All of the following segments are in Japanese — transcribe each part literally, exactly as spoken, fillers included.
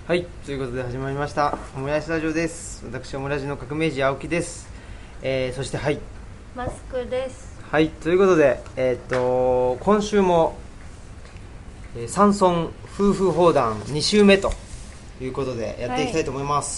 はい、ということで始まりましたオムライスラジオです。私オムラジの革命児青木です。えー、そしてはいマスクです。 はい、ということで、えー、っと今週も、えー、山村夫婦砲弾に週目ということでやっていきたいと思います。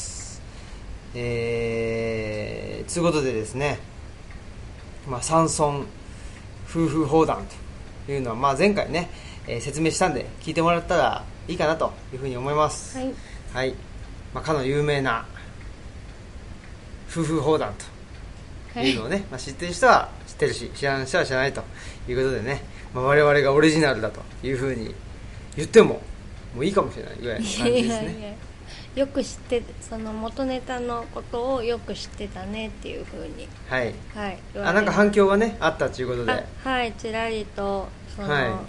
はい、えー、ということでですね、まあ、山村夫婦砲弾というのは、まあ、前回ね、えー、説明したんで聞いてもらったらいいかなというふうに思います。 はい、 はい、まあ、かの有名な夫婦砲弾というのをね、はい、まあ、知ってる人は知ってるし知らない人は知らないということでね、まあ、我々がオリジナルだというふうに言ってももういいかもしれないぐらいの感じですね。いやいや、 よく知ってその元ネタのことをよく知ってたねっていうふうに、 はい、 はい、 あなんか反響がねあったということで、 はい、ちらりとその、 はい、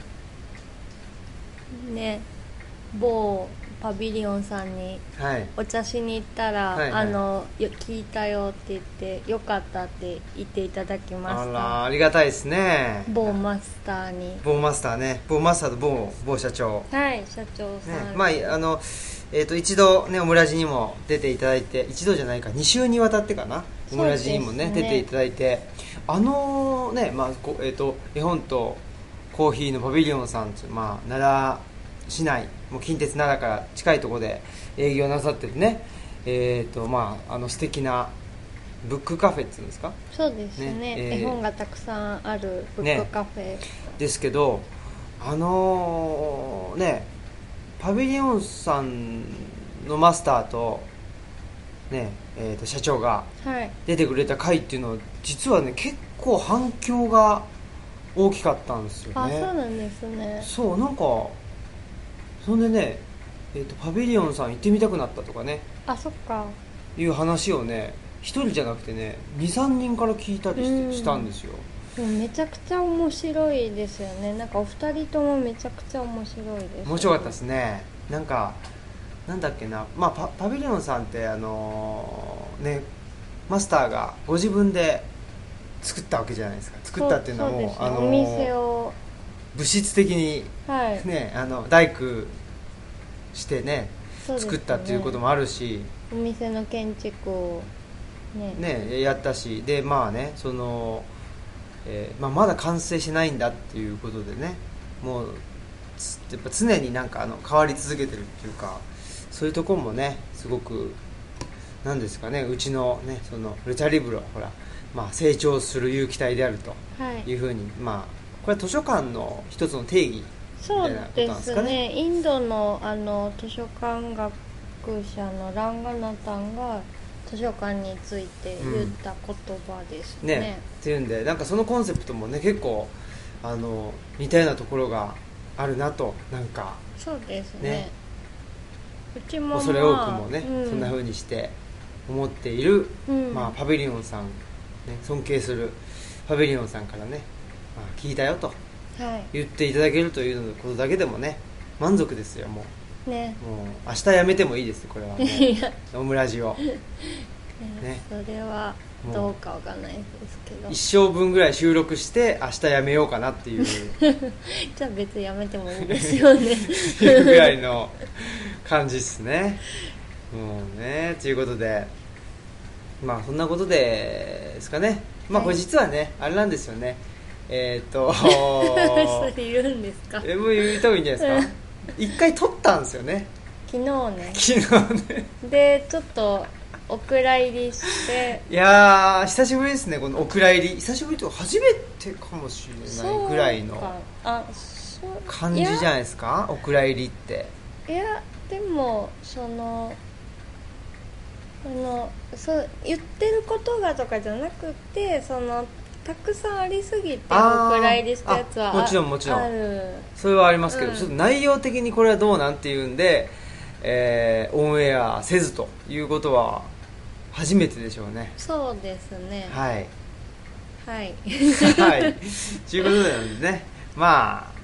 ね、某パビリオンさんにお茶しに行ったら、はい、あのよ聞いたよって言ってよかったって言っていただきました。 あらありがたいですね。 某マスターに某マスターね某マスターと 某, 某社長、 はい社長さん、 ね、まああのえー、と一度ねオムラジにも出ていただいて、一度じゃないかに週にわたってかな、オムラジにも ね, ね出ていただいて、あのね、まあえー、と絵本とコーヒーのパビリオンさんという、まあ、奈良市内もう近鉄奈良から近いところで営業なさってるね、えーとまあ、あの素敵なブックカフェっていうんですか。 そうですね、ねえー、絵本がたくさんあるブックカフェ、ね、 ですけど、あのー、ねパビリオンさんのマスターと、ねえー、と社長が出てくれた回っていうのは、実はね結構反響が大きかったんですよね。 あ、そうなんですね。 そうなんかそんでね、えー、とパビリオンさん行ってみたくなったとかね、 あ、そっかいう話をね一人じゃなくてね に,さん 人から聞いたり し, したんですよ。 でもめちゃくちゃ面白いですよね。なんかお二人ともめちゃくちゃ面白いです、ね、 面白かったですね。なんかなんだっけな、まあ、パ, パビリオンさんってあのー、ねマスターがご自分で作ったわけじゃないですか。作ったっていうのはもう、 ね、 あのー、 お店を物質的に、 はいね、あの大工してね作ったっていうこともあるし、 お店の建築をね、 ねやったし、でまあねその、えーまあ、まだ完成してないんだっていうことでね、もうやっぱ常になんかあの変わり続けてるっていうか、そういうところもねすごくなんですかね、うちのねそのルチャリブロはほら、まあ、成長する有機体であるというふうに、はい、まあこれは図書館の一つの定義みたいなことなんですかね。そうですね、 インドのあの図書館学者のランガナタンが図書館について言った言葉ですね。うん、ねっていうんで、なんかそのコンセプトもね結構あの似たようなところがあるなと、なんかそうですね、ねうちも、まあ、 恐れ多くもね、 うん、 そんな風にして思っている、 うんまあ、パビリオンさん、ね、尊敬するパビリオンさんからね、まあ、聞いたよと言っていただけるということだけでもね満足ですよ。もう、 ね、 もう明日やめてもいいですこれはもうオムラジオ、ね、 それはどうかわかんないですけど、 一生分ぐらい収録して明日やめようかなっていうじゃあ別にやめてもいいですよねいうぐらいの感じですね。もうねということで、まあそんなことでですかね。まあこれ実はね、はい、あれなんですよね、えー、っとそれ言うんですか。 えもう言った方がいいんじゃないですか一回撮ったんですよね昨日ね昨日ねでちょっとお蔵入りして、 いやー久しぶりですねこのお蔵入り。久しぶりと初めてかもしれないぐらいの感じじゃないですか、お蔵入りって。 いやでもそのあのそう言ってることがとかじゃなくて、そのたくさんありすぎてお蔵入りしたやつは あ, もちろんもちろんある、 それはありますけど、うん、ちょっと内容的にこれはどうなんていうんで、えー、オンエアせずということは初めてでしょうね。 そうですね、 はいはいはいということなんでね、まあ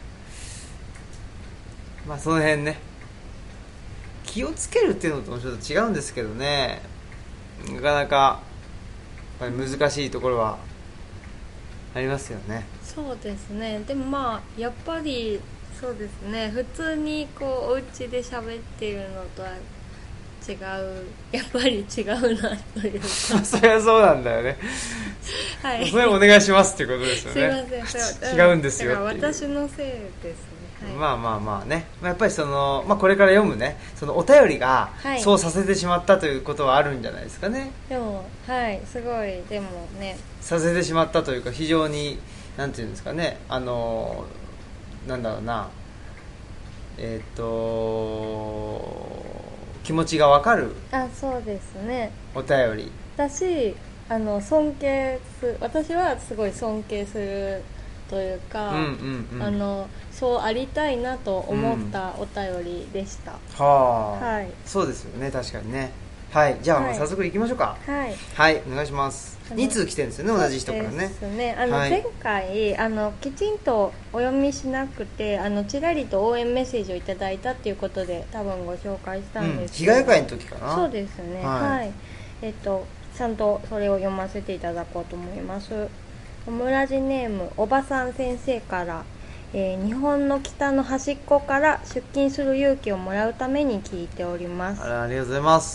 まあその辺ね気をつけるっていうのともちょっと違うんですけどね、なかなかやっぱり難しいところはありますよね。 そうですね。でもまあやっぱりそうですね、普通にこうお家で喋ってるのとは違う、やっぱり違うなというかそりゃそうなんだよねはい、 それお願いしますっていうことですよね。 すいません、 違うんですよだっていう。 から私のせいですね。はい、 まあまあまあね、やっぱりその、まあ、これから読むねそのお便りがそうさせてしまったということはあるんじゃないですかね。 でもはいすごいでもねさせてしまったというか非常になんていうんですかね、あのなんだろうなえっ、ー、と気持ちがわかるあそうですねお便りだし、あの尊敬す私はすごい尊敬するというか、 うんうんうん、 あのそうありたいなと思ったお便りでした、 うん、はあ、 はい、 そうですよね確かにね。はいじゃあ、はい、早速いきましょうか。はい、はい、お願いします。に通来てるんですよね同じ人からね。 そうですね、あの、はい、前回あのきちんとお読みしなくてあのちらりと応援メッセージをいただいたっていうことで多分ご紹介したんですけど、 うん、被害会の時かな。 そうですね、はい、はい、えっとちゃんとそれを読ませていただこうと思います。オムラジネームおばさん先生から、えー、日本の北の端っこから出勤する勇気をもらうために聞いております。 あら、ありがとうございます。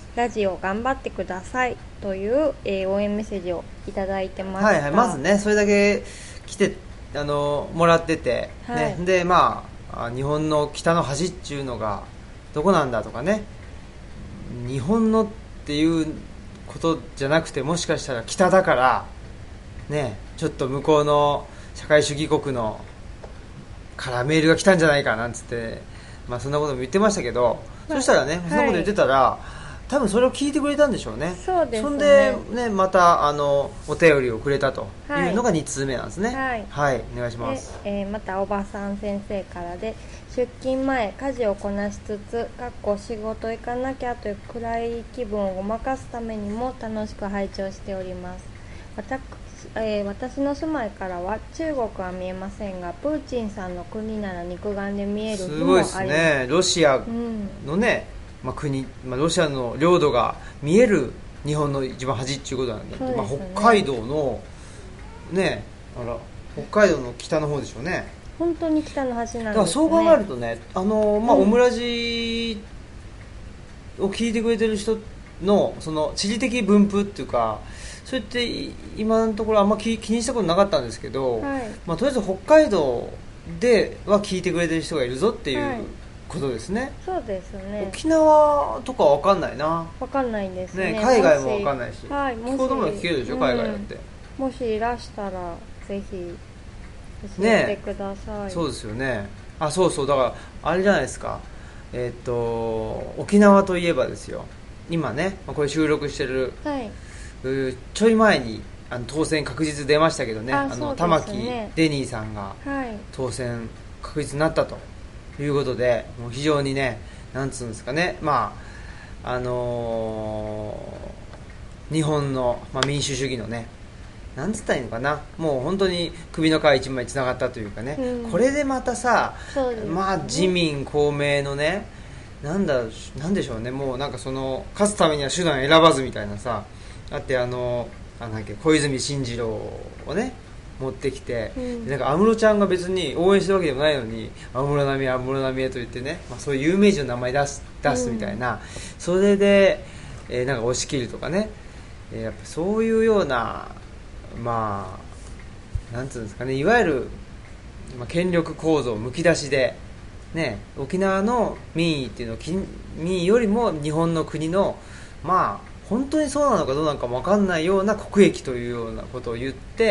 ラジオ頑張ってくださいという、えー、応援メッセージをいただいてました。 はいはい、まずねそれだけ来てあのもらってて、はい、ね、でまあ日本の北の端っていうのがどこなんだとかね、日本のっていうことじゃなくてもしかしたら北だからね、ちょっと向こうの社会主義国のからメールが来たんじゃないかなんつって、まあ、そんなことも言ってましたけど、まあ、そしたらね、はい、そんなこと言ってたら多分それを聞いてくれたんでしょうね。 そうですね。 そんで、ね、またあのお便りをくれたというのがに通目なんですね。はい、はい、お願いします。 えー、またおばさん先生からで、出勤前家事をこなしつつかっこ仕事行かなきゃという暗い気分をごまかすためにも楽しく拝聴しております。私えー、私の住まいからは中国は見えませんがプーチンさんの国なら肉眼で見える日もあります。 すごいですね。ロシアのね、うん、まあ、国、まあ、ロシアの領土が見える日本の一番端っていうことなんで、ね、まあ、北海道のね、あら北海道の北の方でしょうね。 本当に北の端なんですね。 だからそう考えるとね、あの、まあ、オムラジを聞いてくれてる人のその地理的分布っていうか、それって今のところあんま気にしたことなかったんですけど、はい、まあ、とりあえず北海道では聞いてくれてる人がいるぞっていうことですね。 はい、そうですね。 沖縄とかは分かんないな。 分かんないんですね。 ね、海外も分かんないし、 はい、 聞こうとも聞けるでしょ、うん、海外だって。 もしいらしたらぜひ教えてください。 ね、そうですよね。あ、そうそう、だからあれじゃないですか、えー、っと沖縄といえばですよ、今ねこれ収録してる、はい、ちょい前にあの当選確実出ましたけどね、あの玉城デニーさんが当選確実になったということで、もう非常にね、なんつうんですかね、まああのー、日本の、まあ、民主主義のね、なんつったらいいのかな、もう本当に首の皮一枚つながったというかね、うん、これでまたさ、ね、まあ自民公明のね、なんだなんでしょうね、もうなんかその勝つためには手段選ばずみたいなさ、だってあのあなんだっけ、小泉進次郎をね持ってきて、うん、なんか安室ちゃんが別に応援してるわけでもないのに安室奈美恵安室奈美恵と言ってね、まあ、そういう有名人の名前出す出すみたいな、うん、それで、えー、なんか押し切るとかね、えー、やっぱそういうような、まあなんつうんですかね、いわゆる、まあ、権力構造むき出しで、ね、沖縄の民意っていうのを民意よりも日本の国の、まあ本当にそうなのかどうなのかも分かんないような国益というようなことを言って、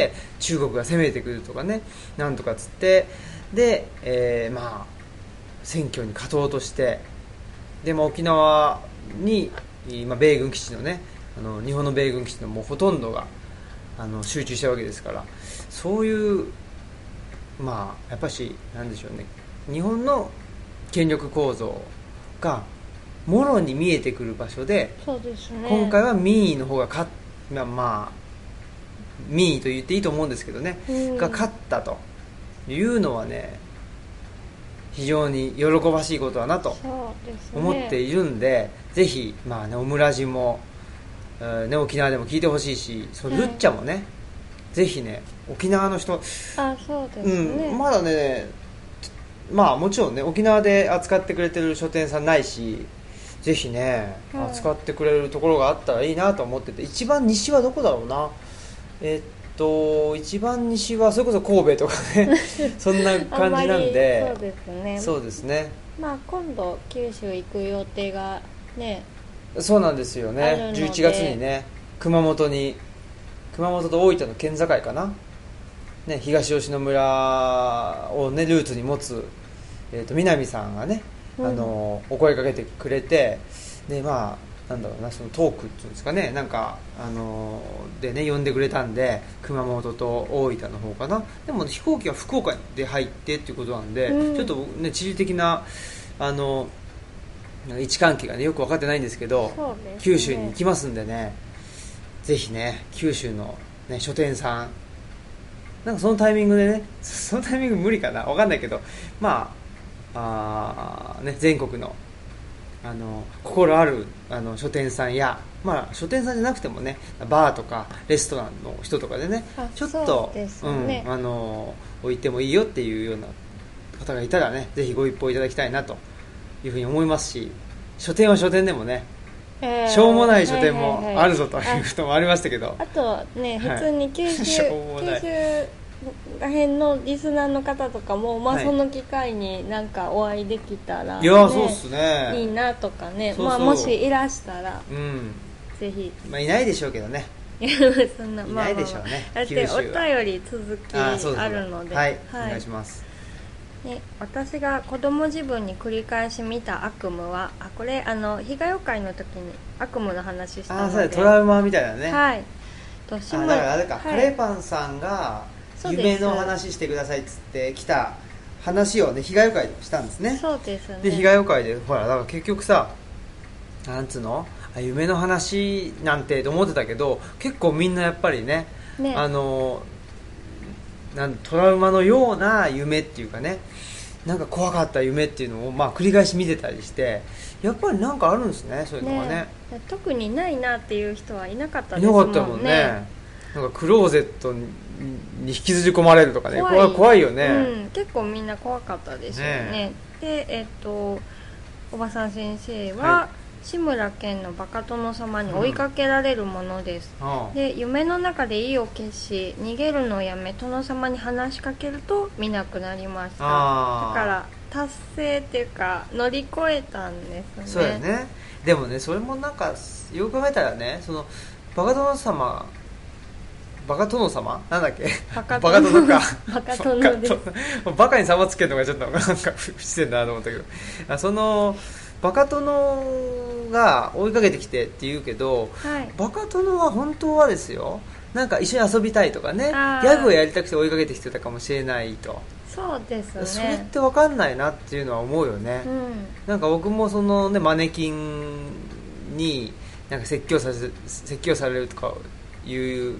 中国が攻めてくるとかね、なんとかつって、で、えー、まあ選挙に勝とうとして、で、まあ、沖縄に、まあ、米軍基地のね、あの日本の米軍基地のもうほとんどがあの集中したわけですから、そういうまあやっぱしなんでしょうね、日本の権力構造がもろに見えてくる場所で、 そうですね、 今回は民意の方が勝っ、まあ、まあ民意と言っていいと思うんですけどね、うん、が勝ったというのはね、非常に喜ばしいことだなと思っているんで、ね、ぜひ、まあね、オムラジも、えーね、沖縄でも聞いてほしいし、そのルッチャもね、はい、ぜひね、沖縄の人、 あ、そうですね、 うん、まだね、まあもちろんね沖縄で扱ってくれてる書店さんないし、 ぜひね、 はい扱ってくれるところがあったらいいなと思ってて、一番西はどこだろうな。えっと一番西はそれこそ神戸とかねそんな感じなんで。 あんまりそうですね。 そうですね。 まあ今度九州行く予定がね、 そうなんですよね。 あるのでじゅういちがつにね、熊本に熊本と大分の県境かな、ね、東吉野村をねルーツに持つ、えー、と南さんがね、 うんあのお声かけてくれて、でまあなんだろうな、そのトークっていうんですかね、なんかあのでね呼んでくれたんで、熊本と大分の方かな。でも飛行機は福岡で入ってっていうことなんで、 うんちょっとね地理的なあの位置関係がねよく分かってないんですけど、 そうですね九州に行きますんでね、ぜひね九州の、ね、書店さん、なんかそのタイミングでね、そのタイミング無理かな、分かんないけど、まあ、あー、ね、全国のあの心あるあの書店さんや、まあ、書店さんじゃなくてもね、バーとかレストランの人とかでね、 あちょっとそうですねうん、あの置いてもいいよっていうような方がいたらね、ぜひご一報いただきたいなというふうに思いますし、書店は書店でもね、 えーしょうもない書店もはいはいはいあるぞということもありましたけど、 あとね、 はい普通に九州、 しょうもない九州らへんのリスナーの方とかも、まあ、 はいその機会になんかお会いできたら、 いやーそうっすね、 いいなとかね、 そうそうまあ、もしいらしたらうんぜひまあ、いないでしょうけどね、 そんないないでしょうねだって九州はお便り続きあーそうですあるので、 はい、お願いします。 ね、私が子供自分に繰り返し見た悪夢は、あこれあの日がよ会の時に悪夢の話したので、 ああ、そうだ、トラウマみたいなね、 はいと志あ村だからあれか、 はいカレーパンさんがそうです夢の話してくださいっつって来た話をね、被害会でしたんですね。 そうですねで被害会でほら、だから結局さ、なんつうの、あ夢の話なんてと思ってたけど、結構みんなやっぱりね、 ねあのなんトラウマのような夢っていうかね、なんか怖かった夢っていうのを、まあ、繰り返し見てたりして、やっぱりなんかあるんですね、そういうのがね。 ね特にないなっていう人はいなかったいですもんね。 なかったもんね。なんかクローゼットに引きずり込まれるとかね、 怖い怖い怖いよね、 うん、結構みんな怖かったですよね。 ねで、えっとおばさん先生は、 は志村けんのバカ殿様に追いかけられるものです、 ああで夢の中で意を決し逃げるのをやめ殿様に話しかけると見なくなりました。だああから達成っていうか乗り越えたんですね。 そうやね。でもね、それもなんかよく考えたらね、そのバカ殿様バカ殿様なんだっけ、 バカバカ殿かバカ殿です。 バカ殿バカに様つけるのがちょっとなんか不自然だなと思ったけど、あそのバカ殿が追いかけてきてって言うけど、 はいバカ殿は本当はですよ、なんか一緒に遊びたいとかね、ギあーャグをやりたくて追いかけてきてたかもしれないと、 そうですね。 それって分かんないなっていうのは思うよね、 うんなんか僕もその、ね、マネキンになんか説教させ説教されるとかいう、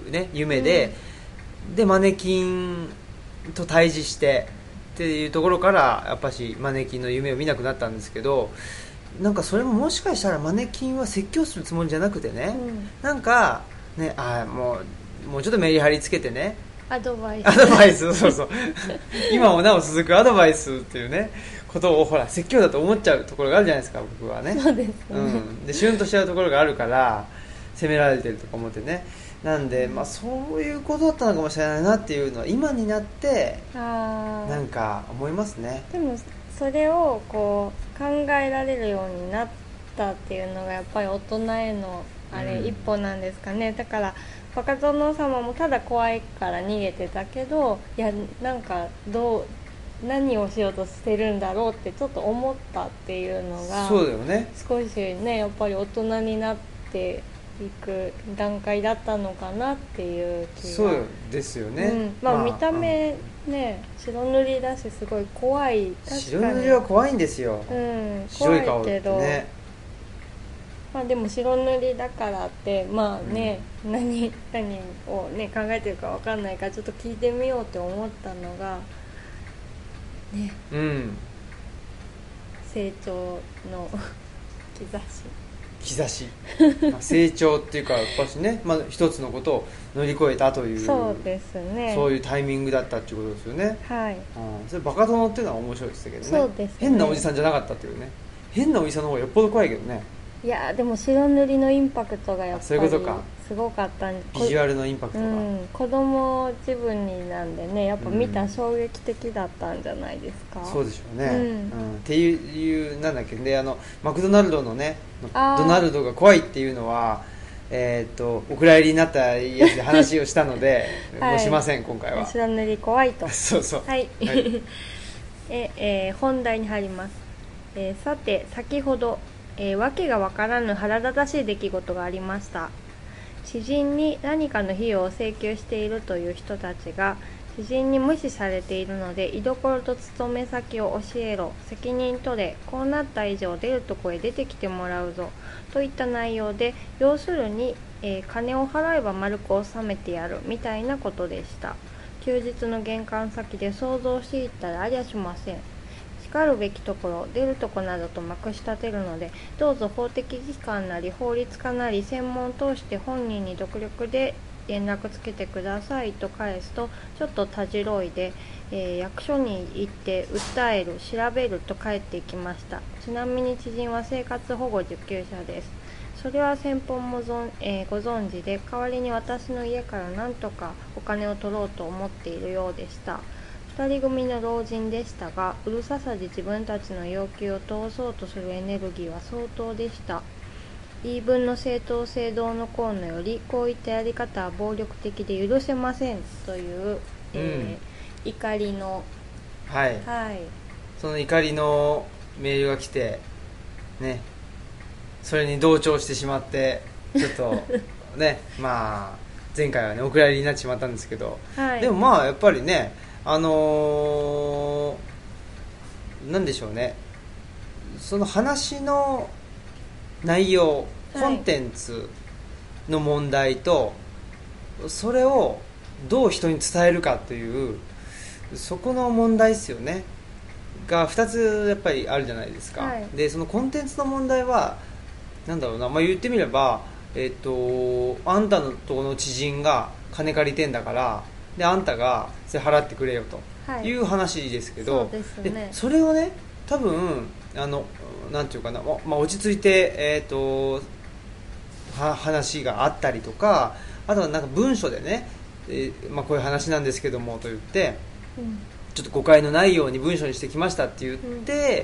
ね、夢で、うん、でマネキンと対峙してっていうところからやっぱしマネキンの夢を見なくなったんですけど、なんかそれももしかしたらマネキンは説教するつもりじゃなくてね、 うん、 なんかね、あもうもうちょっとメリハリつけてね、 アドバイスアドバイスそうそう今もなお続くアドバイスっていうねことをほら説教だと思っちゃうところがあるじゃないですか、僕はね。 そうですね、 うん、でシュンとしちゃうところがあるから責められてるとか思ってね、なんで、まあ、そういうことだったのかもしれないなっていうのは今になってあなんか思いますね。 でもそれをこう考えられるようになったっていうのがやっぱり大人へのあれ、 うん一歩なんですかね。だからバカ殿様もただ怖いから逃げてたけど、いやなんかどう何をしようとしてるんだろうってちょっと思ったっていうのがそうだよね。 少しねやっぱり大人になっていく段階だったのかなっていう気が。 そうですよね、 うんまあ、見た目ね、白塗りだしすごい怖い。確かに白塗りは怖いんですよ、 うん、 白い顔って怖いけど、 ね。 まあ、でも白塗りだからってまあね、うん、何何を、ね、考えてるか分かんないからちょっと聞いてみようって思ったのがね、 うん、 成長の兆し兆しまあ成長っていうかやっぱしね、まあ、一つのことを乗り越えたというそうですね、 そういうタイミングだったっていうことですよね。 はい、 うん、それバカ殿っていうのは面白いですけどね。 そうですね、 変なおじさんじゃなかったっていうね、 変なおじさんの方がよっぽど怖いけどね。 いやでも白塗りのインパクトがやっぱりそういうことか、 すごかったんで、 ビジュアルのインパクトが、 うん、子供自分になんでねやっぱ見た衝撃的だったんじゃないですか、 うん、そうでしょうね、 うんうん、っていうなんだっけであのマクドナルドのねあードナルドが怖いっていうのはえー、とお蔵入りになったやつで話をしたので、 はいもうしません今回は。 白塗り怖いとそうそうはい、 はいええー本題に入ります、えーさて先ほど、えー、訳がわからぬ腹立たしい出来事がありました。知人に何かの費用を請求しているという人たちが知人に無視されているので居所と勤め先を教えろ、責任取れ、こうなった以上出るとこへ出てきてもらうぞといった内容で、要するに、えー金を払えば丸く収めてやるみたいなことでした。休日の玄関先で想像していったらありゃしません。叱るべきところ出るとこなどとまくし立てるので、どうぞ法的機関なり法律家なり専門を通して本人に独力で連絡つけてくださいと返すと、ちょっとたじろいで、えー役所に行って訴える調べると返っていきました。ちなみに知人は生活保護受給者です。それは先方もぞん、えーご存知で、代わりに私の家から何とかお金を取ろうと思っているようでした。二人組の老人でしたが、うるささで自分たちの要求を通そうとするエネルギーは相当でした。言い分の正当性どうのこうのより、こういったやり方は暴力的で許せませんという、えー怒りの、 はい、 はい、 その怒りのメールが来てね、それに同調してしまってちょっとねまあ前回はねお蔵入りになってしまったんですけど、 はい、 でもまあやっぱりねあのー、なんでしょうね、その話の内容、コンテンツの問題と、それをどう人に伝えるかというそこの問題ですよねがふたつやっぱりあるじゃないですか、 はい、 でそのコンテンツの問題はなんだろうな、まあ、言ってみれば、えっと、あんたのとこの知人が金借りてんだからであんたがそれ払ってくれよという話ですけど、 はい、そうですね、 でそれをね多分あのなんていうかな、まあ、落ち着いて、えっとは話があったりとか、あとはなんか文書でね、えーまあ、こういう話なんですけどもと言って、うん、ちょっと誤解のないように文書にしてきましたって言って、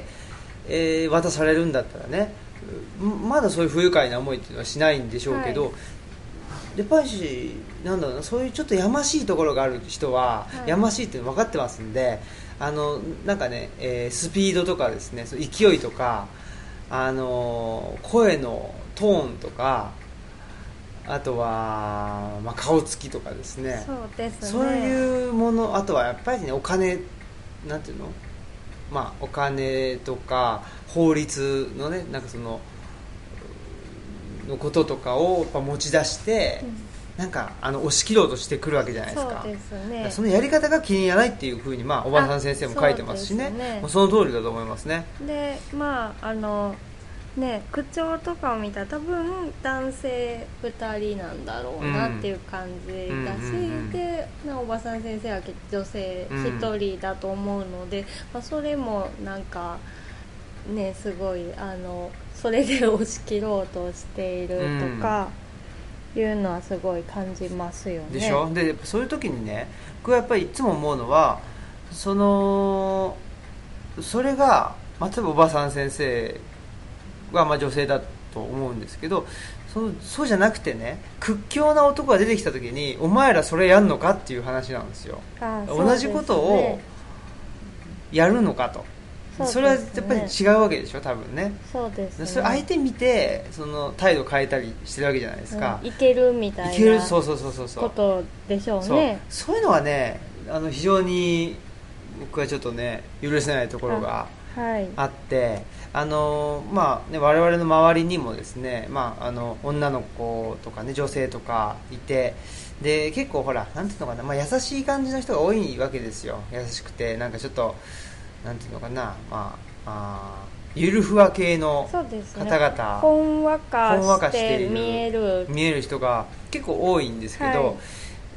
うん、えー、渡されるんだったらね、まだそういう不愉快な思いっていうのはしないんでしょうけど、はい、やっぱりなんだろうな、そういうちょっとやましいところがある人は、はい、やましいっていうの分かってますんで、あのなんかね、えー、スピードとかですね、その勢いとか、あの声のトーンとか、あとは、まあ、顔つきとかですね、 そうですね、 そういうもの、あとはやっぱりね、お金なんていうの、まあ、お金とか法律のね、なんかそののこととかをやっぱ持ち出して、うん、なんかあの押し切ろうとしてくるわけじゃないですか。 そうですね、 そのやり方が気に入らないっていうふうに、まあ、おばさん先生も書いてますしね、 そ, ね、まあ、その通りだと思いますね。 でまああのね、口調とかを見たら多分男性ふたりなんだろうなっていう感じだし、うん、でおばさん先生は女性ひとりだと思うので、うん、まあ、それもなんかねすごいあのそれで押し切ろうとしているとかいうのはすごい感じますよね。 でしょ。でそういう時にね、僕はやっぱりいつも思うのは、そのそれが、まあ、例えばおばさん先生はまあ女性だと思うんですけど、そのそうじゃなくてね、屈強な男が出てきた時にお前らそれやんのかっていう話なんですよ。 ああ、 同じことをやるのかと。 そ, それはやっぱり違うわけでしょ多分ね。 そうですね、 それ相手見てその態度変えたりしてるわけじゃないですか、 うん、いけるみたいなことでしょうね。 そういうのはね、あの非常に僕はちょっとね許せないところがあって、はい、あのまあね、我々の周りにもですね、まあ、あの女の子とかね女性とかいて、で結構ほらなんていうのかな、まあ、優しい感じの人が多いわけですよ。優しくてなんかちょっとなんていうのかな、まあ、あゆるふわ系の方々、ね、 ほんわかして見える見える人が結構多いんですけど、はい、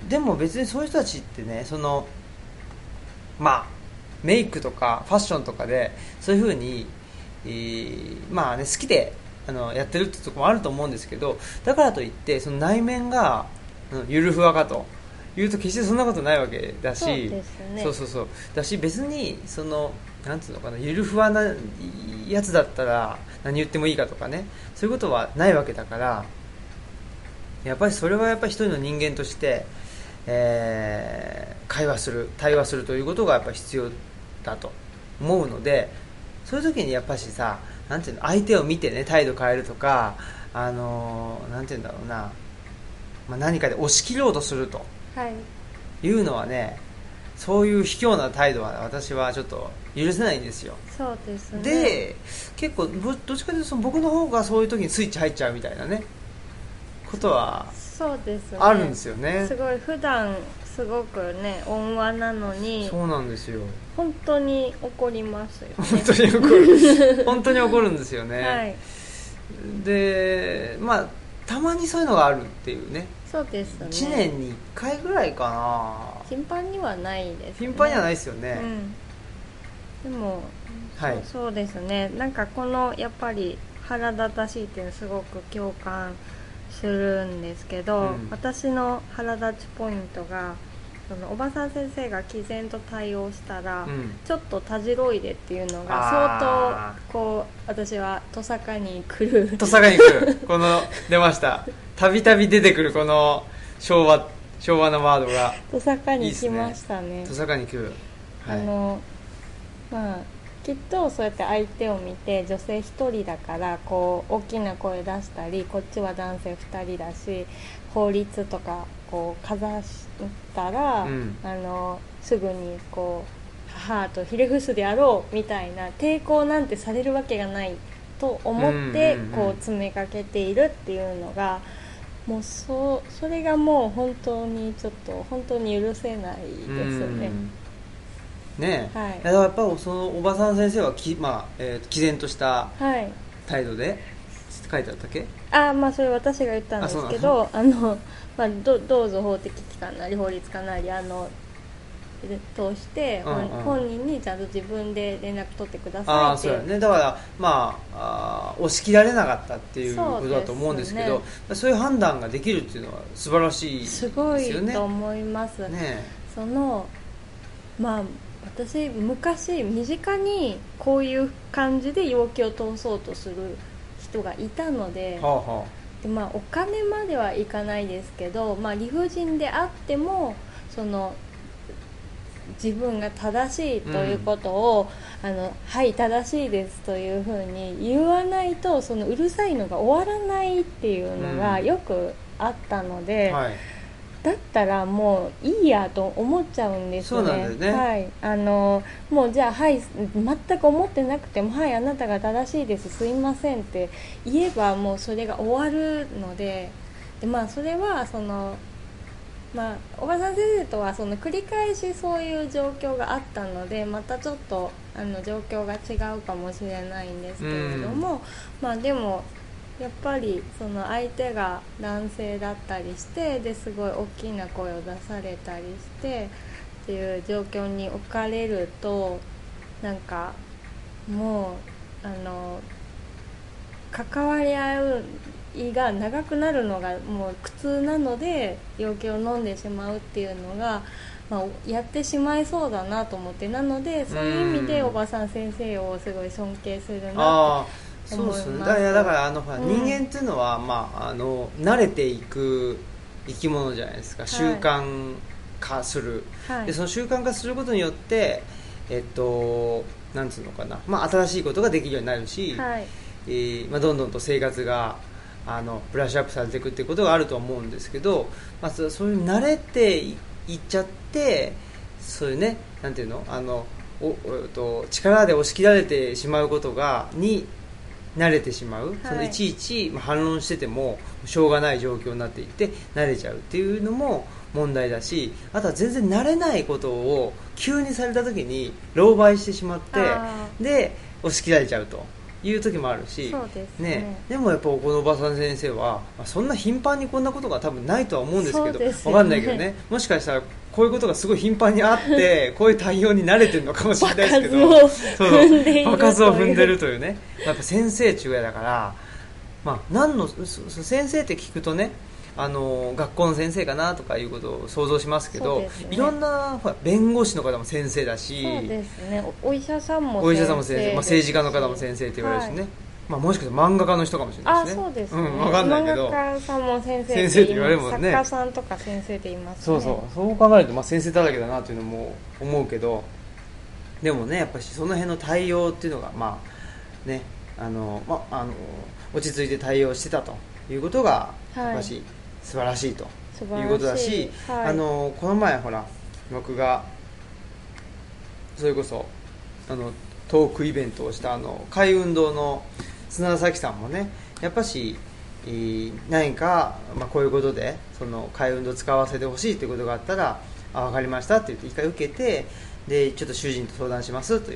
でも別にそういう人たちってね、そのまあメイクとかファッションとかでそういう風にえー、まあね好きであのやってるってところもあると思うんですけど、だからといってその内面が、うん、ゆるふわかというと決してそんなことないわけだし、 そうですね、 そうそうそうだし、別にそのなんつうのかな、ゆるふわなやつだったら何言ってもいいかとかね、そういうことはないわけだから、やっぱりそれはやっぱり一人の人間として、えー、会話する対話するということがやっぱり必要だと思うので、そういう時にやっぱしさ、なんていうの、相手を見てね態度変えるとか、あのー、なんていうんだろうな、まあ、何かで押し切ろうとするというのはね、そういう卑怯な態度は私はちょっと許せないんですよ。 そうですね。 で、結構どっちかというとその僕の方がそういう時にスイッチ入っちゃうみたいなねことはそうですね、 あるんですよね。 すごい普段すごくね温和なのに、 そうなんですよ、 本当に怒りますよね。 本当に怒る本当に怒るんですよね、 はい、 でまあたまにそういうのがあるっていうね。 そうですね、 いちねんにいっかいぐらいかな。 頻繁にはないですね。 頻繁にはないですよね、 うん、でも、 はい、 そ, そうですね、なんかこのやっぱり腹立たしいっていうのすごく共感するんですけど、うん、私の腹立ちポイントが、そのおばさん先生が毅然と対応したら、うん、ちょっとたじろいでっていうのが相当こう私はトサカに来るトサカに来るこの出ましたたびたび出てくるこの昭和昭和のワードがトサカに来ましたね。 トサカに来る、 はい、あのまあきっとそうやって相手を見て、女性ひとりだからこう大きな声出したり、こっちは男性ふたりだし法律とかこうかざしたら、うん、あのすぐにこう母とひれ伏すであろうみたいな抵抗なんてされるわけがないと思ってこう詰めかけているっていうのが、もう そ, それがもう本当にちょっと本当に許せないですね。 ねえ、 はい、 だからやっぱりそのおばさん先生はき、まあえー、毅然とした態度で、はい、書いてあったっけ？ あ、まあそれ私が言ったんですけど、あの、まあ、ど, どうぞ法的機関なり法律家なりあの通して本、うんうん、本人にちゃんと自分で連絡取ってくださいって。 あ、そうやね、だからまあ、あ押し切られなかったっていうことだと思うんですけど、そうですね、そういう判断ができるっていうのは素晴らしいですよね。 すごいと思います、ね、そのまあ私昔身近にこういう感じで要求を通そうとする人がいたので、はあはあ、でまあ、お金まではいかないですけど、まあ、理不尽であってもその自分が正しいということを、うん、あのはい正しいですというふうに言わないと、そのうるさいのが終わらないっていうのがよくあったので、うん、はい、だったらもういいやと思っちゃうんですね。 そうなんですね、 はい、あのもうじゃあはい全く思ってなくても、はいあなたが正しいですすいませんって言えばもうそれが終わるので、で、まあ、それはその、まあ、おばさん先生とはその繰り返しそういう状況があったので、またちょっとあの状況が違うかもしれないんですけれども、まあ、でもやっぱりその相手が男性だったりして、ですごい大きな声を出されたりしてっていう状況に置かれると、なんかもうあの関わり合う胃が長くなるのがもう苦痛なので要求を飲んでしまうっていうのが、まあ、やってしまいそうだなと思って、なのでそういう意味でおばさん先生をすごい尊敬するなって思います。 そうですね、だからだからあの、うん、人間っていうのは、まあ、あの慣れていく生き物じゃないですか、習慣化する、はい、でその習慣化することによってえっとなんつうのかな、まあ、新しいことができるようになるし、はい、えーまあ、どんどんと生活があのブラッシュアップされていくっていうことがあると思うんですけど、まあ、そういう慣れていっちゃって、そういうね、なんていうの、あのおおと力で押し切られてしまうことがに慣れてしまう、はい、そのいちいち反論しててもしょうがない状況になっていって慣れちゃうっていうのも問題だし、あとは全然慣れないことを急にされた時に狼狽してしまって、で押し切られちゃうという時もあるし、 そうですね。 ね、でもやっぱこのおばさん先生はそんな頻繁にこんなことが多分ないとは思うんですけど、 そうですよね、 分かんないけどね、もしかしたらこういうことがすごい頻繁にあってこういう対応に慣れてるのかもしれないですけど場数を踏んでいる場数を踏んでるというね、やっぱ先生中やだから、まあ、何の先生って聞くとね、あの学校の先生かなとかいうことを想像しますけど、 そうですね、 いろんなほら弁護士の方も先生だし、 そうですね、お、お医者さんも先生、 お医者さんも先生、まあ、政治家の方も先生って言われるしね、はい、まあ、もしかしたら漫画家の人かもしれないですね。 あ、そうですね、 うん、分かんないけど漫画家さんも先生先生って言われるもんね。 作家さんとか先生って言いますね。 そうそう、そう考えると、まあ、先生だらけだなというのも思うけど、でもね、やっぱりその辺の対応っていうのが、まあね、あの、まあ、あの落ち着いて対応してたということが、やっぱし素晴らしいということだし、はい、あのこの前ほら僕がそれこそあのトークイベントをしたあの海運動の砂田咲さんもね、やっぱし何か、まあ、こういうことでその海運動を使わせてほしいということがあったら、あ、分かりましたって言って一回受けて、でちょっと主人と相談しますと言って、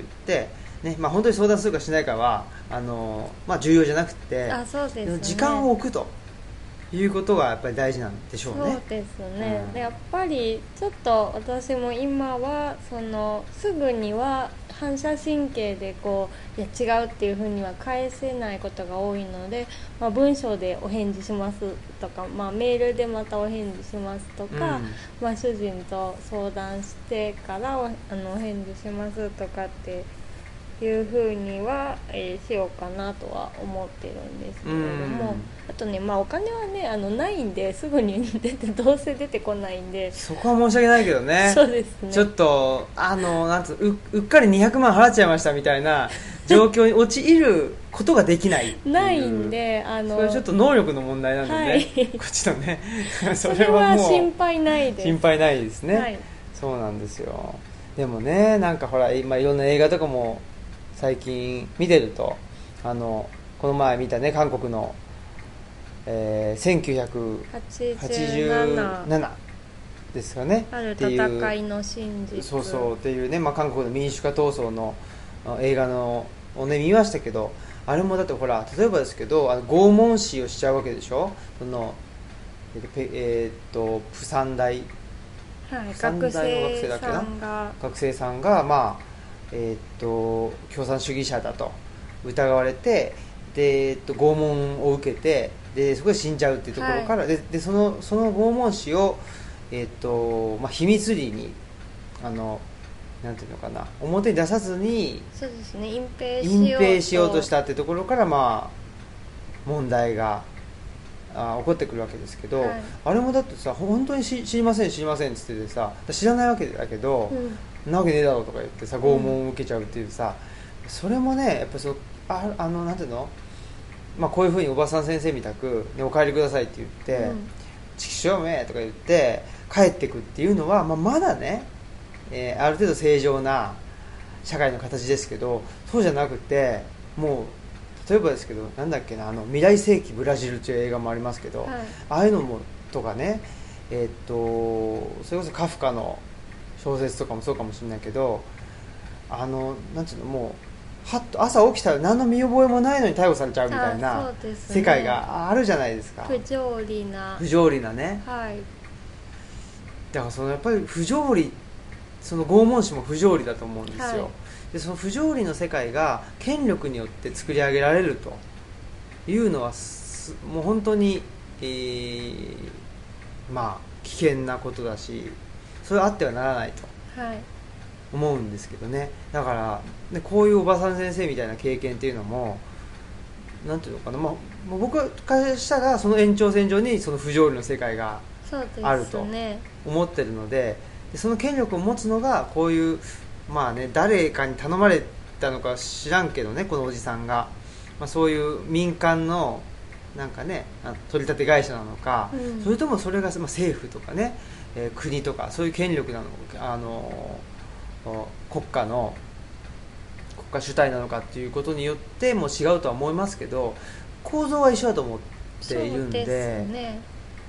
ね、まあ、本当に相談するかしないかはあの、まあ、重要じゃなくて、 あ、そうですね、 時間を置くということがやっぱり大事なんでしょうね。 そうですね、 うん、 でやっぱりちょっと私も今はそのすぐには反射神経でこう、いや違うっていうふうには返せないことが多いので、まあ、文章でお返事しますとか、まあ、メールでまたお返事しますとか、うん、まあ、主人と相談してから お, あのお返事しますとかっていうふうには、えー、しようかなとは思ってるんですけれども、あとね、まあ、お金はねあのないんですぐに出てどうせ出てこないんで、 そこは申し訳ないけどね。 そうですね、 ちょっとあのなんつ う, うっかりにひゃくまん払っちゃいましたみたいな状況に陥ることができないっていうないんで、あのそれはちょっと能力の問題なんでね、 はい、 こっちのねそれは心配ないです。 心配ないですね、 はい、 そうなんですよ。でもね、なんかほら今いろんな映画とかも最近見てると、あのこの前見たね韓国の、えー、せんきゅうひゃくはちじゅうななですかね、 ある戦いの真実、 そうそうっていうね、まあ、韓国の民主化闘争の映画のを、ね、見ましたけど、あれもだってほら例えばですけど、あの拷問死をしちゃうわけでしょ、そのえー、えー、っとプサン大、 はい、 プサン大の学生だっけな、学生さんがまあえー、と共産主義者だと疑われて、で、えー、と拷問を受けて、でそこで死んじゃうっていうところから、はい、ででそのその拷問死を、えーとまあ、秘密裏にあのなんていうのかな、表に出さずにそうですね、隠蔽しようと隠蔽しようとしたっていうところから、まあ、問題があ起こってくるわけですけど、はい、あれもだってさ、本当に知りません知りませんって言っててさ、知らないわけだけど、うん、なわけねえだろうとか言ってさ、拷問を受けちゃうっていうさ、うん、それもねやっぱそう、ああのなんていうの、まあ、こういうふうにおばさん先生みたく、ね、お帰りくださいって言って、うん、ちくしょうめとか言って帰ってくっていうのは、まあ、まだね、えー、ある程度正常な社会の形ですけど、そうじゃなくて、もう例えばですけど、なんだっけな、あの未来世紀ブラジルという映画もありますけど、はい、ああいうのもとかね、えー、っとそれこそカフカの小説とかもそうかもしれないけど、あのなんていうの、もうはっと朝起きたら何の見覚えもないのに逮捕されちゃうみたいな世界があるじゃないですか。 不条理な不条理なね、 はい、 だからそのやっぱり不条理、その拷問師も不条理だと思うんですよ、はい、でその不条理の世界が権力によって作り上げられるというのはもう本当に、えー、まあ危険なことだし、それはあってはならないと思うんですけどね。だから、ね、こういうおばさん先生みたいな経験っていうのもなんていうのかな、まあ、僕からしたらその延長線上にその不条理の世界があると思ってるので、でその権力を持つのがこういうまあね、誰かに頼まれたのか知らんけどね、このおじさんが、まあ、そういう民間のなんかね、取り立て会社なのか、うん、それともそれが、まあ、政府とかね、えー、国とかそういう権力なのか、あの国家の国家主体なのかっていうことによっても違うとは思いますけど、構造は一緒だと思っているんで、そうですね、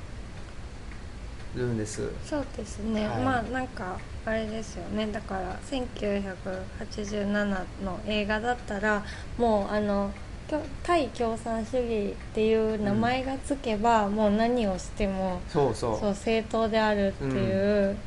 るんです。 そうですね、はい、まあなんかあれですよね、だからせんきゅうひゃくはちじゅうななの映画だったらもうあの対共産主義っていう名前がつけば、うん、もう何をしてもそうそうそう正当であるっていう、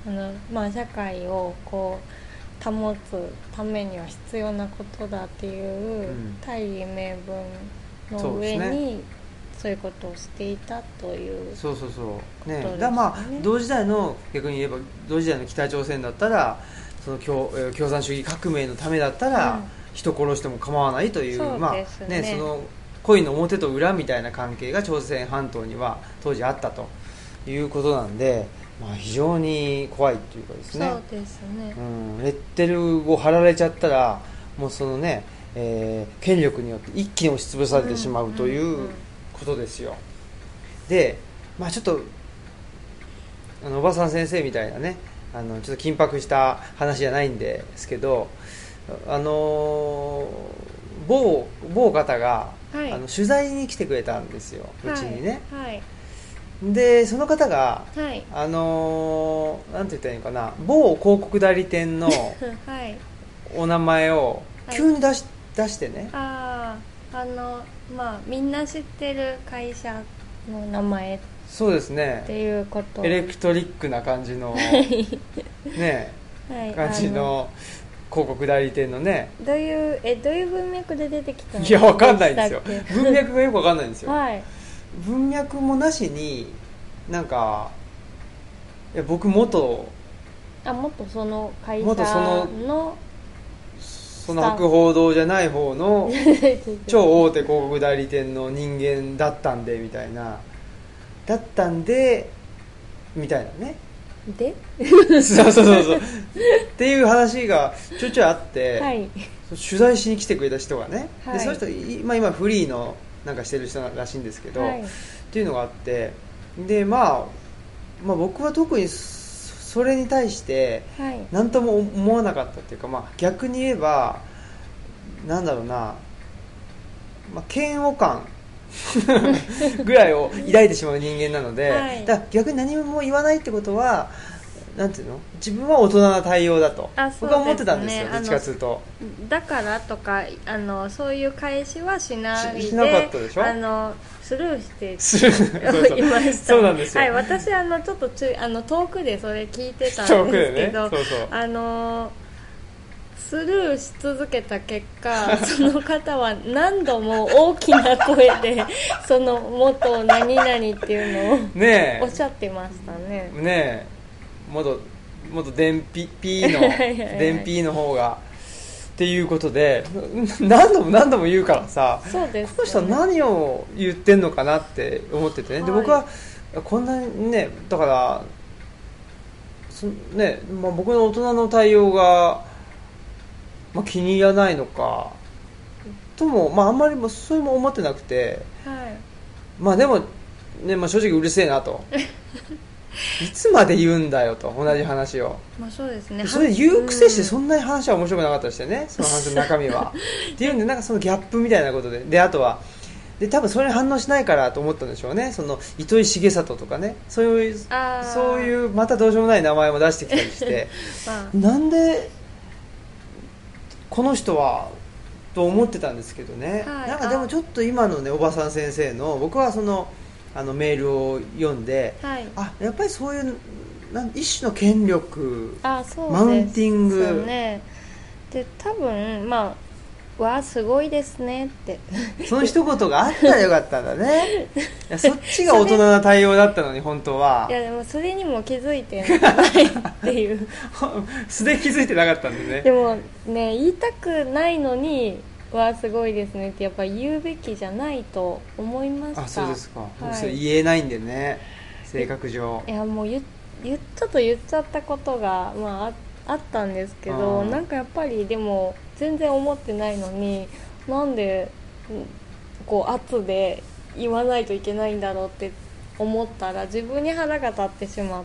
あの、まあ、社会をこう保つためには必要なことだっていう大義名分の上にそういうことをしていたという、 そうそうそうね。 ことですね。 だまあ同時代の逆に言えば同時代の北朝鮮だったらその 共, 共産主義革命のためだったら、うん、人殺しても構わないという、 そうですね、 まあね、その恋の表と裏みたいな関係が朝鮮半島には当時あったということなんで、まあ、非常に怖いというかですね。 そうですね、 うん、レッテルを貼られちゃったらもうそのね、えー、権力によって一気に押しつぶされてしまうということですよ。で、まあ、ちょっとあのおばさん先生みたいなね、あのちょっと緊迫した話じゃないんですけど、あの某某方が、はい、あの取材に来てくれたんですよ、うちにね、 はいはい、 でその方が、 はい、 あのー、なんて言ったらいいのかな、某広告代理店のお名前を急に出し、はい、出してね、 ああ、あのまあみんな知ってる会社の名前、 そうですね、 っていうこと、 エレクトリックな感じのね、はい、感じの広告代理店のね、 どういうえどういう文脈で出てきたの？ いや、わかんないんですよ。文脈がよくわかんないんですよ。 はい、 文脈もなしになんか、いや僕元あ元その会社の元そのその博報堂じゃない方の超大手広告代理店の人間だったんでみたいな、だったんでみたいなね。 でそうそうそうそうっていう話がちょいちょいあって、 はい、 取材しに来てくれた人がね、 はい、 でその人、まあ、今フリーのなんかしてる人らしいんですけど、はい、っていうのがあって、で、まあ、まあ僕は特にそれに対して何とも思わなかったっていうか、まあ、逆に言えばなんだろうな、まあ、嫌悪感ぐらいを抱いてしまう人間なので、はい、だから逆に何も言わないってことはなんていうの、自分は大人な対応だと、ね、僕は思ってたんですよ、どっちかというと。 だからとかあのそういう返しはしないでし, しなかったでしょ、 あのスルーしてスルーいました。 そうなんですよ、 はい、私あのちょっとちあの遠くでそれ聞いてたんですけど、 遠くでね、そうそう、 あのスルーし続けた結果その方は何度も大きな声でその元何々っていうのをおっしゃってましたね。 ねえ、元元電 P, P の電 P の方がっていうことで何度も何度も言うからさ、 そうです、ね、 この人は何を言ってんのかなって思っててね、はい、で僕はこんなにね、だからそ、ね、まあ、僕の大人の対応が、まあ、気に入らないのかとも、まあ、あんまりそういうも思ってなくて、 はい、 まあでも、ね、まあ、正直うるせえなといつまで言うんだよと、同じ話を。 まあそうですね。 それ言う癖してそんなに話は面白くなかったりしてね、その話の中身はっていうんで、なんかそのギャップみたいなことで、であとはで多分それに反応しないからと思ったんでしょうね。その糸井重里とかね、そういうそういうまたどうしようもない名前も出してきたりして、まあ、なんでこの人はと思ってたんですけどね、はい、なんかでもちょっと今のねおばさん先生の僕はそのあのメールを読んで、はい、あやっぱりそういうなん一種の権力、 あそうマウンティング、 ですね、で多分まあわあすごいですねってその一言があったらよかったんだねいやそっちが大人な対応だったのに本当は。 いやでもそれにも気づいてないっていう素で気づいてなかったんでね。 でもね言いたくないのにわあすごいですねってやっぱり言うべきじゃないと思いました。 あ、そうですか、はい、僕それ言えないんでね、性格上。 いやもう言言ちょっと言っちゃったことが、まあ、あ, あったんですけど、なんかやっぱりでも全然思ってないのになんでこう圧で言わないといけないんだろうって思ったら自分に腹が立ってしまって、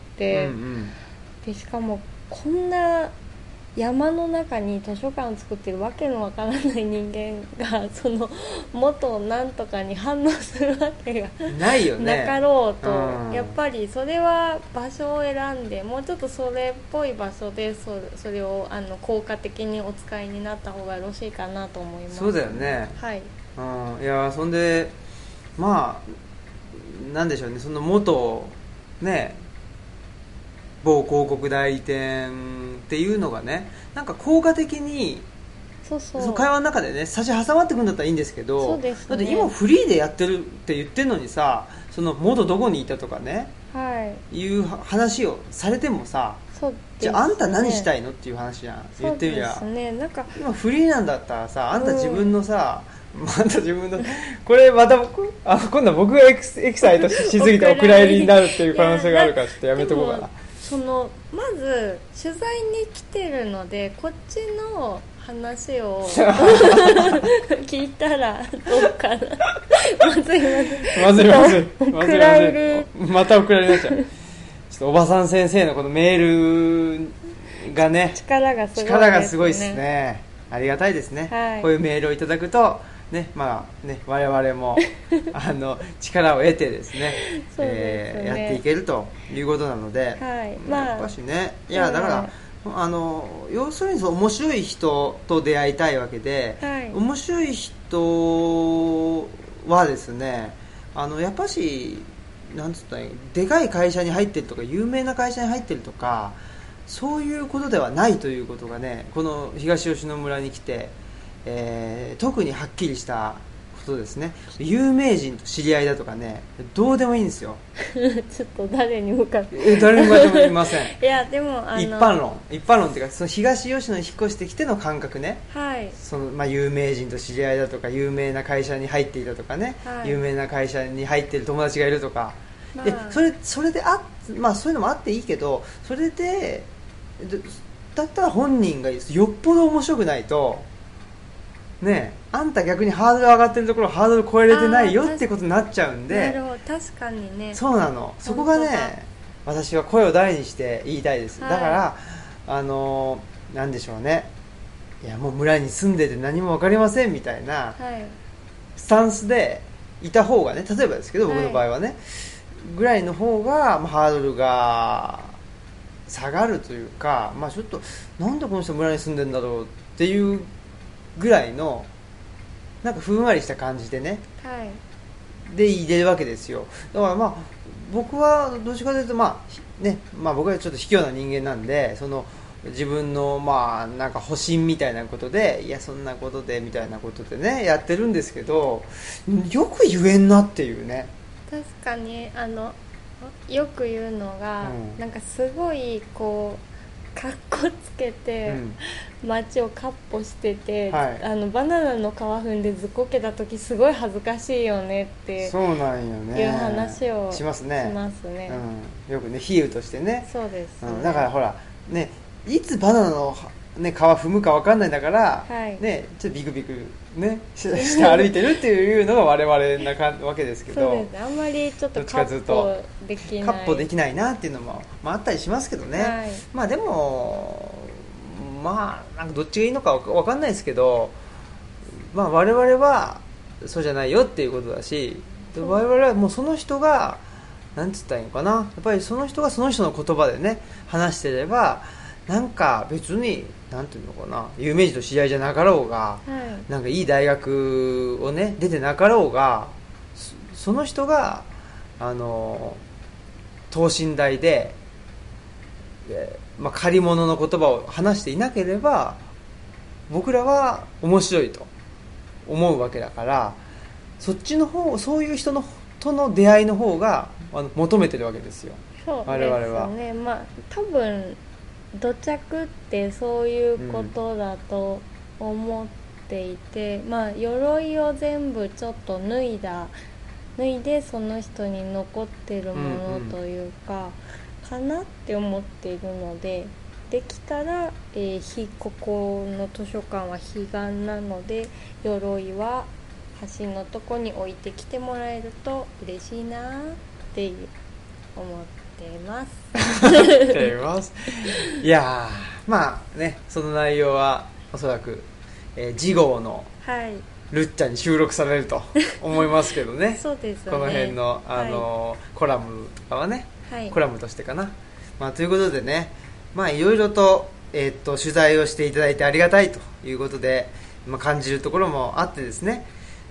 うんうん、でしかもこんな山の中に図書館を作ってるわけのわからない人間がその元なんとかに反応するわけがないよね、 なかろうと、うん、やっぱりそれは場所を選んでもうちょっとそれっぽい場所で そ, それをあの効果的にお使いになった方がよろしいかなと思います。 そうだよね、 はい、 うん、いやそんでまあなんでしょうね、その元ね某広告代理店っていうのがね、なんか効果的にそうそうその会話の中でね差し挟まってくるんだったらいいんですけど、 そうですね、 だって今フリーでやってるって言ってるのにさ、その元どこにいたとかね、 はい、 いう話をされてもさ、 そうですね、 じゃああんた何したいのっていう話じゃん、言ってみりゃ。 そうですね、なんか今フリーなんだったらさ、あんた自分のさ、うん、あんた自分のこれまた僕あ今度は僕がエクエキサイトしすぎてお蔵入りになるっていう可能性があるから、ちょっとやめとこうかな。 そのまず取材に来てるので、こっちの話を聞いたらどうかな。まずいまずいまずいまずいお蔵入り、 またお蔵入りになっちゃう。ちょっとおばさん先生のこのメールがね、 力がすごいですね。 力がすごいですね。ありがたいですね、 はい、 こういうメールをいただくとね、まあね、我々もあの力を得てですね、 そうですね、 えー、やっていけるということなので、 はい、まあ、 やっぱしね、いやだから、あの要するにそう面白い人と出会いたいわけで、 はい、 面白い人はですね、あのやっぱしなんつったらいい、でかい会社に入ってるとか有名な会社に入ってるとかそういうことではないということがね、この東吉野村に来て、えー、特にはっきりしたことですね。有名人と知り合いだとかね、どうでもいいんですよ。 ちょっと誰に向かってえ誰に向かってもいません。 いやでもあの一般論一般論っていうか、その東吉野に引っ越してきての感覚ね、 はい、 そのまあ、有名人と知り合いだとか有名な会社に入っていたとかね、はい、有名な会社に入っている友達がいるとか、まあ、でそれそれであ、まあ、そういうのもあっていいけど、それでだったら本人がよっぽど面白くないとね、あんた逆にハードル上がってるところハードル超えれてないよってことになっちゃうんで、 なるほど、確かにね、 そうなの、そこがね私は声を大にして言いたいです、はい、だからあのなんでしょうね、いやもう村に住んでて何も分かりませんみたいなスタンスでいた方がね、例えばですけど僕の場合はね、はい、ぐらいの方が、まあ、ハードルが下がるというか、まあ、ちょっとなんでこの人村に住んでんだろうっていうぐらいのなんかふんわりした感じでね、 はい、 で入れるわけですよ。だからまあ僕はどっちかというとまあね、まあ僕はちょっと卑怯な人間なんで、その自分のまあなんか保身みたいなことで、いやそんなことでみたいなことでねやってるんですけど、よく言えんなっていうね。 確かにあのよく言うのが、うん、なんかすごいこうかっこつけて、うん、街をかっ歩してて、はい、あのバナナの皮踏んでずっこけた時すごい恥ずかしいよねってそうなんよねいう話をしますね、 しますね、 うん、よくね比喩としてね。 そうですね、 うん、だからほらね、いつバナナの、ね、皮踏むか分かんないんだから、 はいね、ちょっとビクビク、ね、して歩いてるっていうのが我々なかわけですけど、 そうですね、あんまりちょっとカッ歩できないカッ歩できないなっていうのも、まあ、あったりしますけどね、 はい、 まあでもまあなんかどっちがいいのか分かんないですけど、まあ、我々はそうじゃないよっていうことだし、我々はもうその人がなんつったらいいのかな、やっぱりその人がその人の言葉でね話してれば、なんか別になんていうのかな、有名人と知り合いじゃなかろうが、 はい、 なんかいい大学をね出てなかろうが、その人があの等身大で、えーまあ、借り物の言葉を話していなければ僕らは面白いと思うわけだから、そっちの方、そういう人のとの出会いの方があの求めてるわけですよ。 そうですね、 我々は。 まあ多分土着ってそういうことだと思っていて、うん、まあ鎧を全部ちょっと脱いだ脱いでその人に残ってるものというか、うんうん、かなって思っているので、できたら、えー、ここの図書館は彼岸なので鎧は橋のとこに置いてきてもらえると嬉しいなっていう思ってますいやー、まあね、その内容はおそらく、えー、次号のルッチャに収録されると思いますけどねそうですね、 この辺の、あのーはい、コラムとかはね、はい、コラムとしてかな、まあ、ということでね、まあいろいろと、えー、っと取材をしていただいてありがたいということで、まあ、感じるところもあってですね、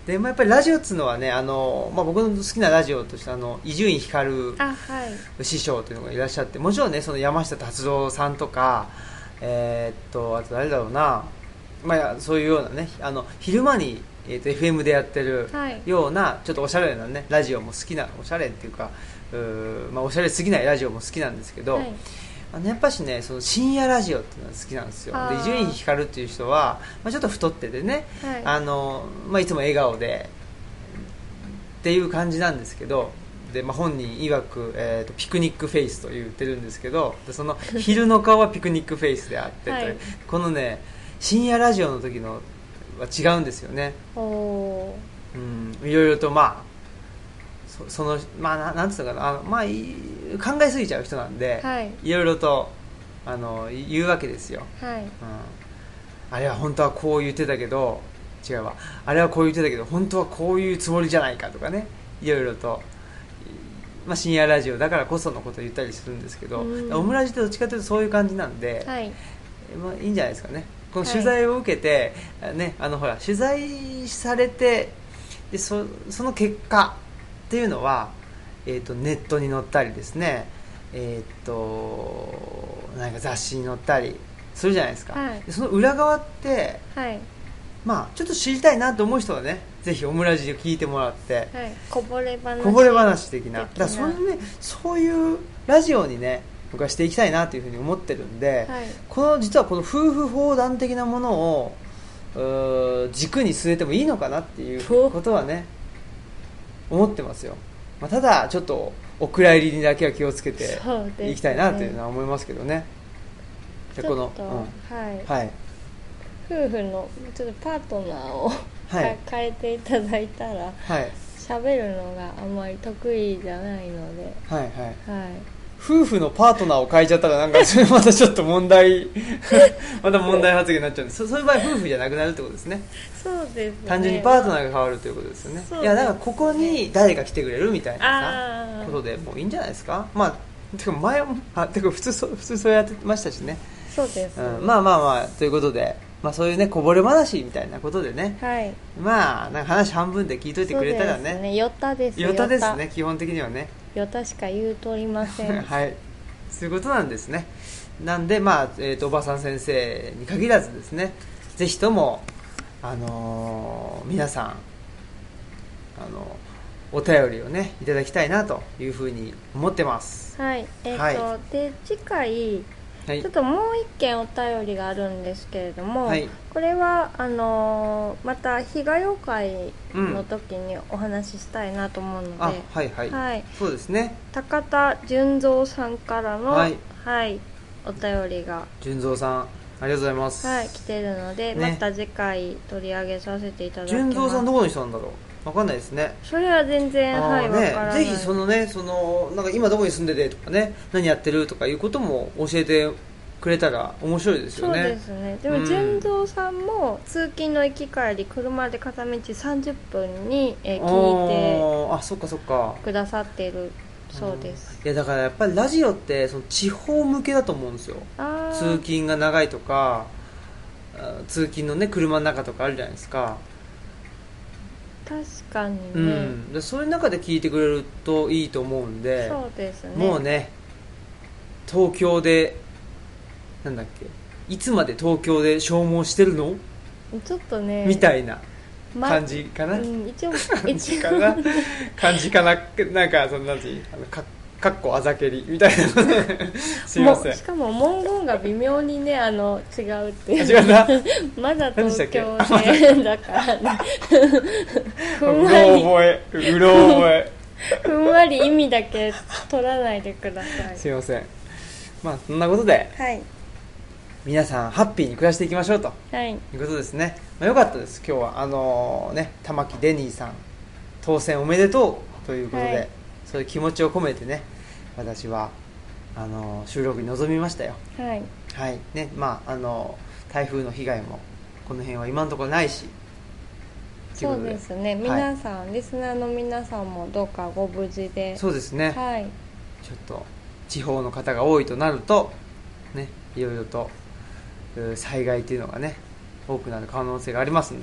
で、まあ、やっぱりラジオっつうのはね、あの、まあ、僕の好きなラジオとして伊集院光あ、はい、 師匠というのがいらっしゃって、もちろんねその山下達郎さんとか、えー、っとあと誰だろうな、まあ、そういうようなね、あの昼間に、えー、っと エフエム でやってるような、はい、ちょっとおしゃれなねラジオも好きな、おしゃれっていうかうー、まあ、おしゃれすぎないラジオも好きなんですけど、はい、あのやっぱしね、その深夜ラジオっていうのが好きなんですよ。で伊集院光っていう人は、まあ、ちょっと太っててね、はい、あのまあ、いつも笑顔でっていう感じなんですけど、で、まあ、本人曰く、えー、とピクニックフェイスと言ってるんですけど、でその昼の顔はピクニックフェイスであってはい、このね深夜ラジオの時のは違うんですよね。お、うん、いろいろとまあそ, そのまあななんつうのかな、あの、まあ、考えすぎちゃう人なんで、はい、いろいろとあの言うわけですよ、はい、うん、あれは本当はこう言ってたけど違うわ、あれはこう言ってたけど本当はこういうつもりじゃないかとかね、いろいろと、まあ、深夜ラジオだからこそのことを言ったりするんですけど、うん、オムラジってどっちかというとそういう感じなんで、はい、まあ、いいんじゃないですかね。この取材を受けて、はい、ね、あのほら取材されてで そ, その結果っていうのは、えー、とネットに載ったりですね、えー、となんか雑誌に載ったりするじゃないですか、はい、でその裏側って、はい、まあ、ちょっと知りたいなと思う人はね、ぜひオムラジで聞いてもらって、はい、 こぼれ話こぼれ話的な、だからそういうね、そういうラジオにね僕はしていきたいなというふうに思ってるんで、はい、この実はこの夫婦砲弾的なものをう軸に据えてもいいのかなっていうことはね思ってますよ。まあ、ただちょっとお蔵入りにだけは気をつけていきたいなというのは思いますけどね。 でこの、うん、はい、はい、夫婦のちょっとパートナーを、はい、変えていただいたら、はい、喋るのがあんまり得意じゃないので、はいはいはい、 夫婦のパートナーを変えちゃったらなんかそれまたちょっと問題また問題発言になっちゃうんで、そそういう場合夫婦じゃなくなるってことですね。 そうですね、 単純にパートナーが変わるということですよ ね, ですね。いやだからここに誰か来てくれるみたいなさことでもういいんじゃないですか。まあてか前もあてか普通そ普通そうやってましたしね。 そうです、ね、 うん、まあまあまあということで、まあ、そういうねこぼれ話みたいなことでね、はい、まあなんか話半分で聞いといてくれたらね。そうですね、 よったですよったですね、基本的にはね。 よたしか言うとりませんはい、そういうことなんですね。なんでまあ、えーと、おばさん先生に限らずですね、ぜひともあのー、皆さんあのお便りをねいただきたいなというふうに思ってます。 はい、えーとはい、で次回はい、ちょっともう一件お便りがあるんですけれども、はい、これはあのー、また日がよ会の時にお話ししたいなと思うので、うん、あ、はいはい、はい、 そうですね、 高田純三さんからの、はいはい、お便りが純三さんありがとうございます、 はい、来てるので、ね、また次回取り上げさせていただきます。 純三さんどこの人なんだろう、分かんないですね。 それは全然、はい、分からない。 ぜひそのね、そのなんか今どこに住んでてとかね、何やってるとかいうことも教えてくれたら面白いですよね。 そうですね。でも純三さんも通勤の行き帰り車で片道さんじゅっぷんに、えー、聞いて、 あ、そっかそっか、 くださっているそうです。 いやだからやっぱりラジオってその地方向けだと思うんですよ。通勤が長いとか、通勤のね車の中とかあるじゃないですか。 確かにね、 うん、でそういう中で聞いてくれるといいと思うんで、 そうですね、 もうね東京でなんだっけ、いつまで東京で消耗してるのちょっとねみたいな感じかな、ま、うん、一応感じかな感じかな、なんかそんなじあのかかっこあざけりみたいなすいません。 しかも文言が微妙にねあの違うっていう。 違うなまだ東京でだからねふんわりうろ覚えうろ覚えふんわり意味だけ取らないでください。 すいません。まあそんなことで、はい、皆さんハッピーに暮らしていきましょうと、はい、いうことですね。まあ、よかったです。今日はあのー、ね玉木デニーさん当選おめでとうということで、はい、そういう気持ちを込めてね私はあのー、収録に臨みましたよ。はい、はいね、まああのー、台風の被害もこの辺は今のところないし、 そうですね、皆さん、はい、リスナーの皆さんもどうかご無事で。 そうですね、はい、ちょっと地方の方が多いとなるとね、いろいろと災害っていうのがね多くなる可能性がありますので、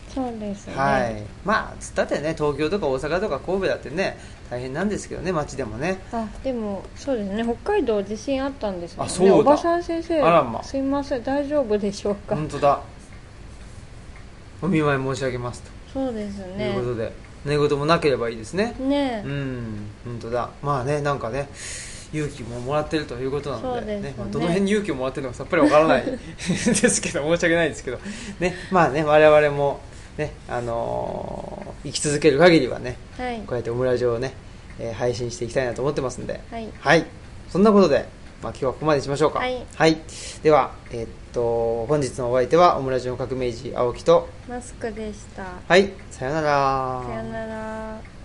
そうですね、 はい、まあつったってね東京とか大阪とか神戸だってね大変なんですけどね街でもね。 あでもそうですね北海道地震あったんですよね。 あそうだおばさん先生、 あらますいません大丈夫でしょうか。 本当だ、お見舞い申し上げますとそうですねいうことで寝言もなければいいですね。 ねうん本当だ、まあねなんかね勇気ももらってるということなので、 そうですねまあ、どの辺に勇気をもらってるのかさっぱりわからないですけど申し訳ないですけどね、まあね我々もねあのー生き続ける限りはね、 はいこうやってオムラジオをね、えー配信していきたいなと思ってますんで、 はいはい、そんなことで、まあ、今日はここまでにしましょうか。 はい、 では、えーっと本日のお相手はオムラジオの革命児青木と、 マスクでした。 はい、さよなら。 さよなら。